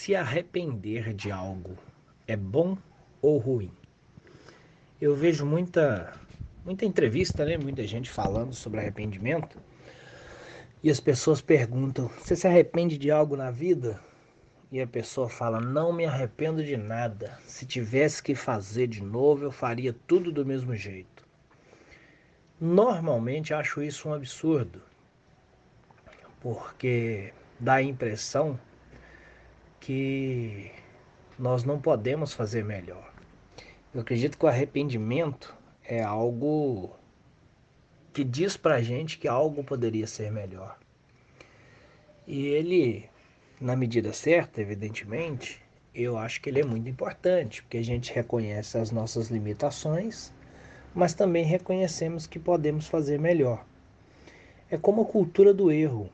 Se arrepender de algo é bom ou ruim? Eu vejo muita entrevista, né? Muita gente falando sobre arrependimento e as pessoas perguntam: você se arrepende de algo na vida? E a pessoa fala: não me arrependo de nada. Se tivesse que fazer de novo, eu faria tudo do mesmo jeito. Normalmente acho isso um absurdo, porque dá a impressão que nós não podemos fazer melhor. Eu acredito que o arrependimento é algo que diz pra gente que algo poderia ser melhor. E ele, na medida certa, evidentemente, eu acho que ele é muito importante, porque a gente reconhece as nossas limitações, mas também reconhecemos que podemos fazer melhor. É como a cultura do erro.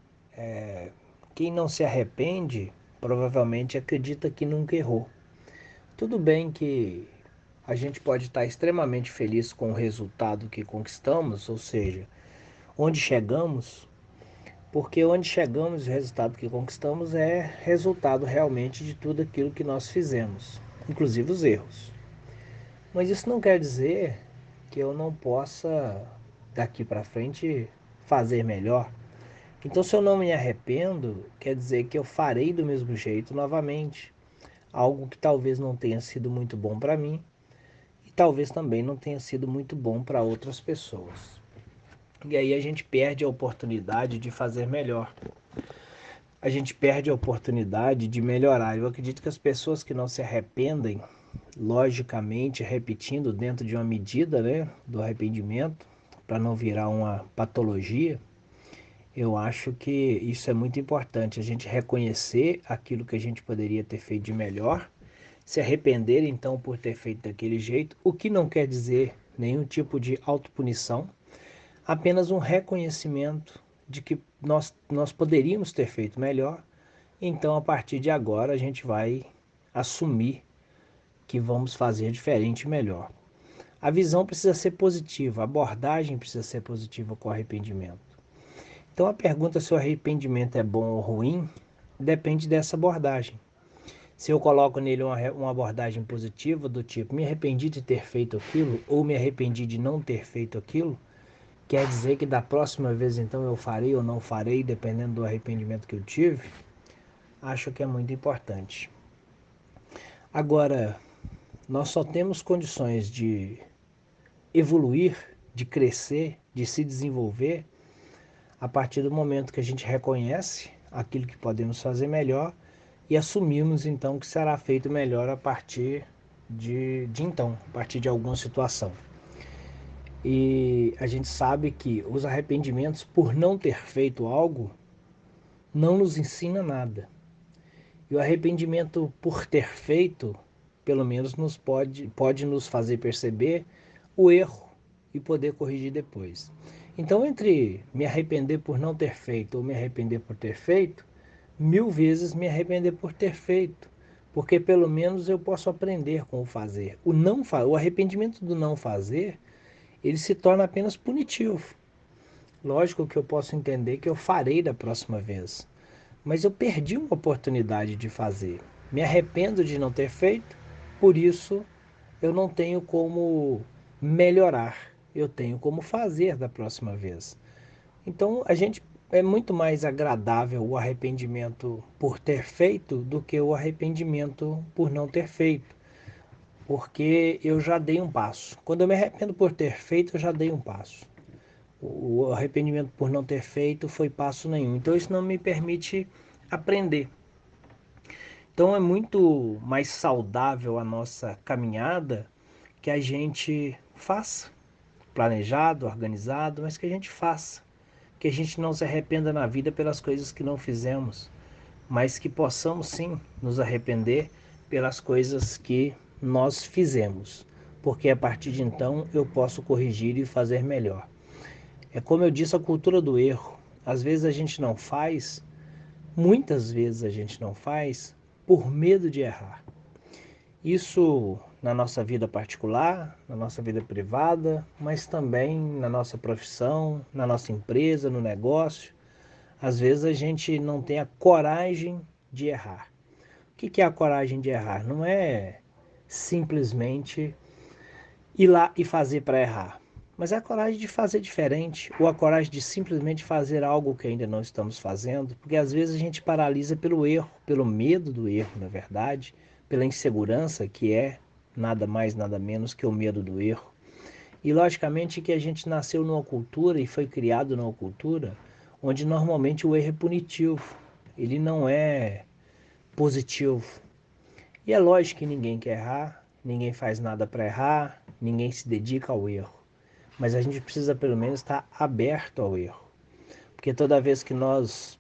Quem não se arrepende provavelmente acredita que nunca errou. Tudo bem que a gente pode estar extremamente feliz com o resultado que conquistamos, ou seja, onde chegamos, porque onde chegamos e o resultado que conquistamos é resultado realmente de tudo aquilo que nós fizemos, inclusive os erros. Mas isso não quer dizer que eu não possa daqui para frente fazer melhor. Então, se eu não me arrependo, quer dizer que eu farei do mesmo jeito novamente, algo que talvez não tenha sido muito bom para mim e talvez também não tenha sido muito bom para outras pessoas. E aí a gente perde a oportunidade de fazer melhor. A gente perde a oportunidade de melhorar. Eu acredito que as pessoas que não se arrependem, logicamente, repetindo dentro de uma medida, né, do arrependimento, para não virar uma patologia, eu acho que isso é muito importante, a gente reconhecer aquilo que a gente poderia ter feito de melhor, se arrepender então por ter feito daquele jeito, o que não quer dizer nenhum tipo de autopunição, apenas um reconhecimento de que nós poderíamos ter feito melhor. Então, a partir de agora, a gente vai assumir que vamos fazer diferente e melhor. A visão precisa ser positiva, a abordagem precisa ser positiva com o arrependimento. Então, a pergunta se o arrependimento é bom ou ruim depende dessa abordagem. Se eu coloco nele uma abordagem positiva, do tipo, me arrependi de ter feito aquilo, ou me arrependi de não ter feito aquilo, quer dizer que da próxima vez então eu farei ou não farei, dependendo do arrependimento que eu tive, acho que é muito importante. Agora, nós só temos condições de evoluir, de crescer, de se desenvolver, a partir do momento que a gente reconhece aquilo que podemos fazer melhor e assumimos então que será feito melhor a partir de então, a partir de alguma situação. E a gente sabe que os arrependimentos por não ter feito algo não nos ensina nada. E o arrependimento por ter feito, pelo menos pode nos fazer perceber o erro e poder corrigir depois. Então, entre me arrepender por não ter feito ou me arrepender por ter feito, 1000 vezes me arrepender por ter feito, porque pelo menos eu posso aprender com o fazer. O arrependimento do não fazer, ele se torna apenas punitivo. Lógico que eu posso entender que eu farei da próxima vez, mas eu perdi uma oportunidade de fazer. Me arrependo de não ter feito, por isso eu não tenho como melhorar, eu tenho como fazer da próxima vez. Então a gente é muito mais agradável o arrependimento por ter feito do que o arrependimento por não ter feito, porque eu já dei um passo. Quando eu me arrependo por ter feito, eu já dei um passo. O arrependimento por não ter feito foi passo nenhum. Então isso não me permite aprender. Então é muito mais saudável a nossa caminhada que a gente faça, planejado, organizado, mas que a gente faça. Que a gente não se arrependa na vida pelas coisas que não fizemos, mas que possamos sim nos arrepender pelas coisas que nós fizemos, porque a partir de então eu posso corrigir e fazer melhor. É como eu disse, a cultura do erro. Às vezes a gente não faz, muitas vezes a gente não faz por medo de errar. Isso na nossa vida particular, na nossa vida privada, mas também na nossa profissão, na nossa empresa, no negócio. Às vezes a gente não tem a coragem de errar, que é a coragem de errar? Não é simplesmente ir lá e fazer para errar, mas é a coragem de fazer diferente, ou a coragem de simplesmente fazer algo que ainda não estamos fazendo, porque às vezes a gente paralisa pelo erro, pelo medo do erro, na verdade, pela insegurança, que é nada mais, nada menos que o medo do erro. E logicamente que a gente nasceu numa cultura e foi criado numa cultura onde normalmente o erro é punitivo, ele não é positivo. E é lógico que ninguém quer errar, ninguém faz nada para errar, ninguém se dedica ao erro. Mas a gente precisa pelo menos estar aberto ao erro. Porque toda vez que nós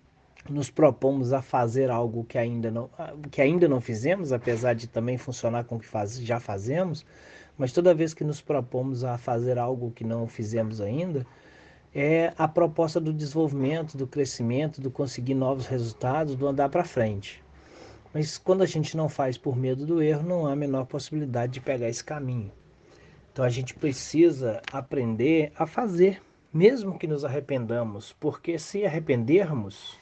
nos propomos a fazer algo que ainda não fizemos, apesar de também funcionar com o que já fazemos, mas toda vez que nos propomos a fazer algo que não fizemos ainda, é a proposta do desenvolvimento, do crescimento, do conseguir novos resultados, do andar para frente. Mas quando a gente não faz por medo do erro, não há a menor possibilidade de pegar esse caminho. Então a gente precisa aprender a fazer, mesmo que nos arrependamos, porque se arrependermos,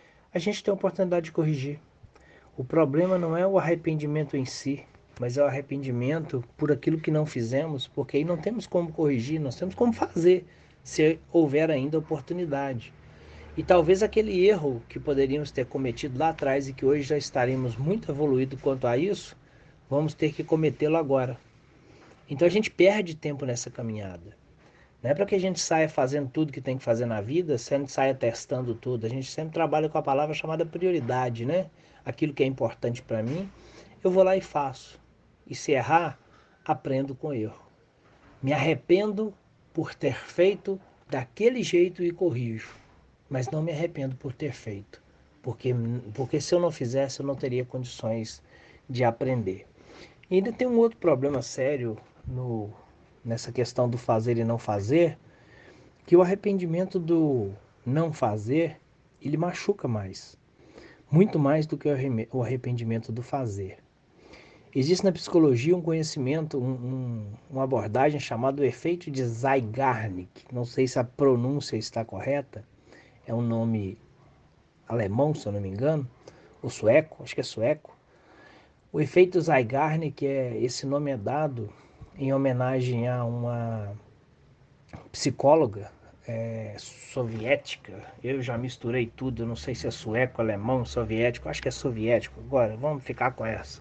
a gente tem a oportunidade de corrigir. O problema não é o arrependimento em si, mas é o arrependimento por aquilo que não fizemos, porque aí não temos como corrigir, nós temos como fazer, se houver ainda oportunidade. E talvez aquele erro que poderíamos ter cometido lá atrás e que hoje já estaremos muito evoluídos quanto a isso, vamos ter que cometê-lo agora. Então a gente perde tempo nessa caminhada. Não é para que a gente saia fazendo tudo que tem que fazer na vida, sempre saia testando tudo. A gente sempre trabalha com a palavra chamada prioridade, né? Aquilo que é importante para mim, eu vou lá e faço. E se errar, aprendo com o erro. Me arrependo por ter feito daquele jeito e corrijo. Mas não me arrependo por ter feito. Porque se eu não fizesse, eu não teria condições de aprender. E ainda tem um outro problema sério nessa questão do fazer e não fazer, que o arrependimento do não fazer, ele machuca mais. Muito mais do que o arrependimento do fazer. Existe na psicologia um conhecimento, uma abordagem chamada o efeito de Zeigarnik. Não sei se a pronúncia está correta, é um nome alemão, se eu não me engano, ou sueco, acho que é sueco. O efeito Zeigarnik, esse nome é dado em homenagem a uma psicóloga soviética. Eu já misturei tudo, não sei se é sueco, alemão, soviético, acho que é soviético. Agora, vamos ficar com essa.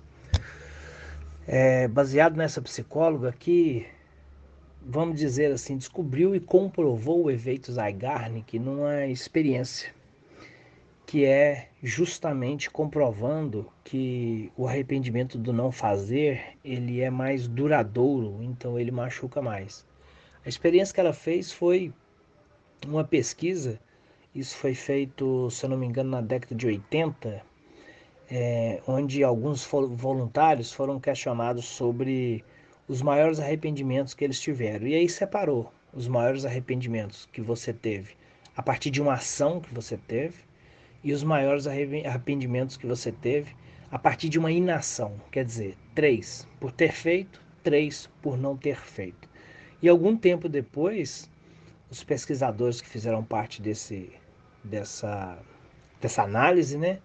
Baseado nessa psicóloga que, vamos dizer assim, descobriu e comprovou o efeito Zeigarnik numa experiência, que é justamente comprovando que o arrependimento do não fazer, ele é mais duradouro, então ele machuca mais. A experiência que ela fez foi uma pesquisa, isso foi feito, se eu não me engano, na década de 80, onde alguns voluntários foram questionados sobre os maiores arrependimentos que eles tiveram. E aí separou os maiores arrependimentos que você teve a partir de uma ação que você teve e os maiores arrependimentos que você teve a partir de uma inação. Quer dizer, 3 por ter feito, 3 por não ter feito. E algum tempo depois, os pesquisadores que fizeram parte dessa análise, né,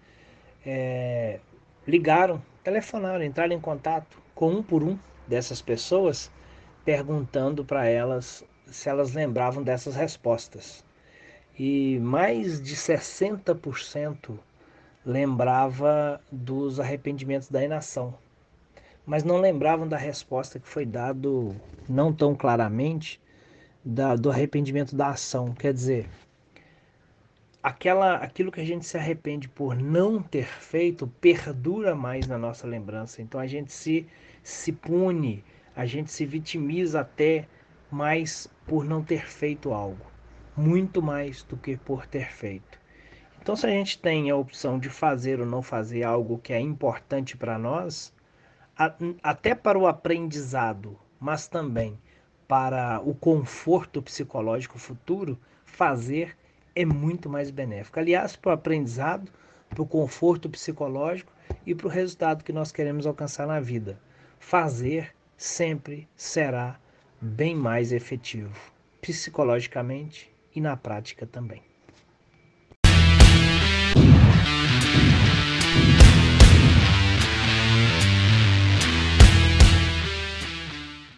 ligaram, telefonaram, entraram em contato com um por um dessas pessoas, perguntando para elas se elas lembravam dessas respostas. E mais de 60% lembrava dos arrependimentos da inação, mas não lembravam da resposta que foi dado não tão claramente do arrependimento da ação. Quer dizer, aquilo que a gente se arrepende por não ter feito perdura mais na nossa lembrança. Então a gente se pune, a gente se vitimiza até mais por não ter feito algo, muito mais do que por ter feito. Então, se a gente tem a opção de fazer ou não fazer algo que é importante para nós, até para o aprendizado, mas também para o conforto psicológico futuro, fazer é muito mais benéfico. Aliás, para o aprendizado, para o conforto psicológico e para o resultado que nós queremos alcançar na vida. Fazer sempre será bem mais efetivo, psicologicamente e na prática também.